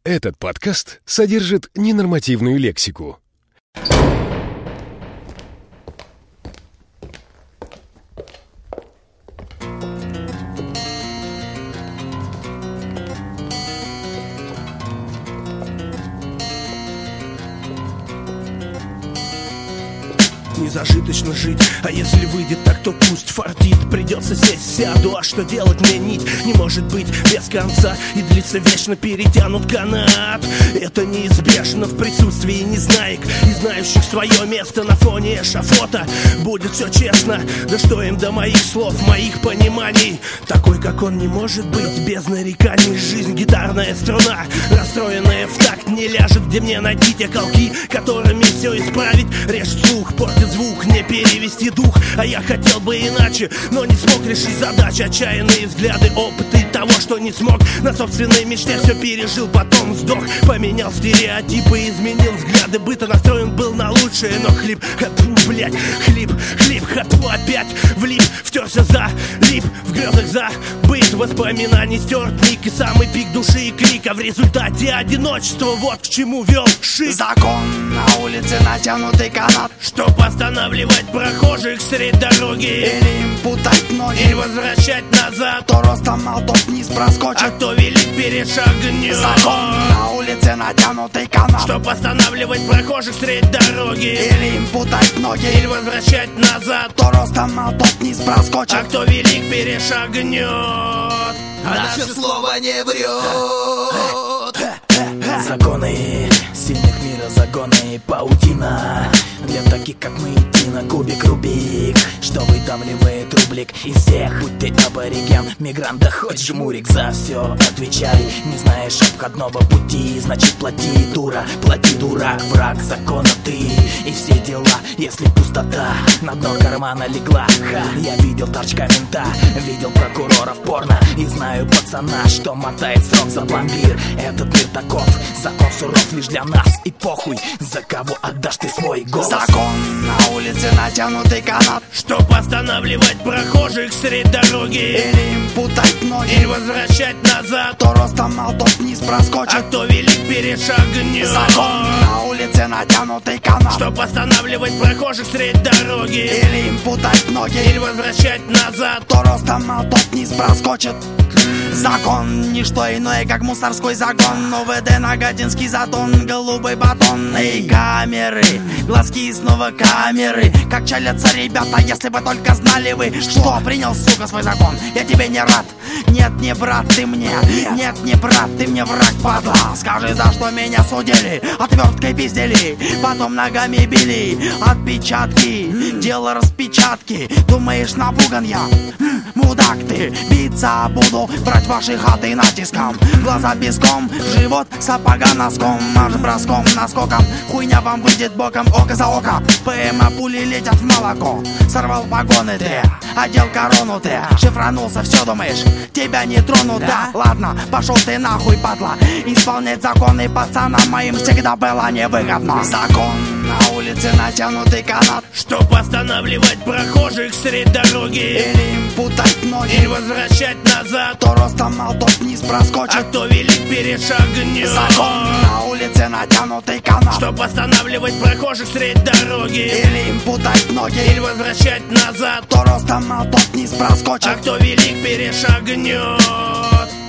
Этот подкаст содержит ненормативную лексику. Незажиточно жить, а если выйдет, так то пусть фартит. Придется сесть, сяду, а что делать мне нить не может быть без конца и длится вечно перетянут канат. Это неизбежно в присутствии незнаек и знающих свое место на фоне эшафота. Будет все честно, да что им до моих слов, моих пониманий. Такой, как он, не может быть без нареканий. Жизнь гитарная струна, расстроенная в такт, не ляжет, где мне найти те колки, которыми все исправить. Режет слух, портит звук, не перевести дух. А я хотел бы иначе, но не смог решить задачи. Отчаянные взгляды, опыты того, что не смог. На собственной мечте все пережил, потом сдох. Поменял стереотипы, изменил взгляды быта. Настроен был на лучшее, но хлип, хату, блять, хлип, хату опять влип. Втерся за лип, в грезах забыт. Воспоминаний стерт ник и самый пик души и крика. В результате одиночество, вот к чему вел шик. Закон на улице натянутый канат, чтоб останавливать прохожих средь дороги, или им путать ноги, или возвращать назад. Кто ростом мал, тот вниз проскочит, а кто велик перешагнет. Закон на улице натянутый канат, чтоб останавливать прохожих средь дороги, или им путать ноги, или возвращать назад. Кто ростом мал, тот вниз проскочит, а кто велик перешагнет. А наше слово не врет. Законы сильных мира, законы паутина. Для таких, как мы, идти на кубик Рубик, что выдавливает рублик из всех. Будь ты абориген, мигрант, да хоть жмурик, за все отвечай. Не знаешь обходного пути, значит плати, дура, плати, дурак. Враг закона ты и все дела. Если пустота на дно кармана легла, я видел торчка мента, видел прокуроров порно и знаю пацана, что мотает срок за пломбир. Этот мир таков, закон суров лишь для нас. И похуй, за кого отдашь ты свой голос. Закон на улице натянутый канат, чтоб останавливать прохожих средь дороги, или им путать ноги, или возвращать назад. Кто ростом мал, тот вниз проскочит, а кто велик перешагнет. Закон на улице натянутый канат, чтоб останавливать прохожих средь дороги, или им путать ноги, или возвращать назад. Кто ростом мал, тот вниз проскочит. Закон, не что иное, как мусорской загон. ОВД, Нагатинский затон, голубой батон. И камеры, глазки и снова камеры. Как чалятся ребята, если бы только знали вы, что принял, сука, свой закон. Я тебе не рад, нет, не брат, ты мне. Нет, не брат, ты мне враг, падла. Скажи, за что меня судили, отверткой пиздили, потом ногами били. Отпечатки, дело распечатки. Думаешь, напуган я? Мудак ты, биться буду, брать ваши хаты натиском. Глаза песком, живот сапога носком. Марш броском, наскоком, хуйня вам выйдет боком, око за око. ПМ пули летят в молоко. Сорвал погоны ты, одел корону ты, шифранулся, все думаешь, тебя не тронут, да? Ладно, пошел ты нахуй, падла. Исполнять законы пацанам моим всегда было невыгодно. Закон на улице натянутый канат, чтоб останавливать прохожих средь дороги, или им путать ноги, или возвращать назад. Кто ростом мал, тот вниз проскочит, а кто велик перешагнет. Закон на улице натянутый канат, чтоб останавливать прохожих средь дороги, или им путать ноги, или возвращать назад. Кто ростом мал, тот вниз проскочит, а кто велик перешагнет.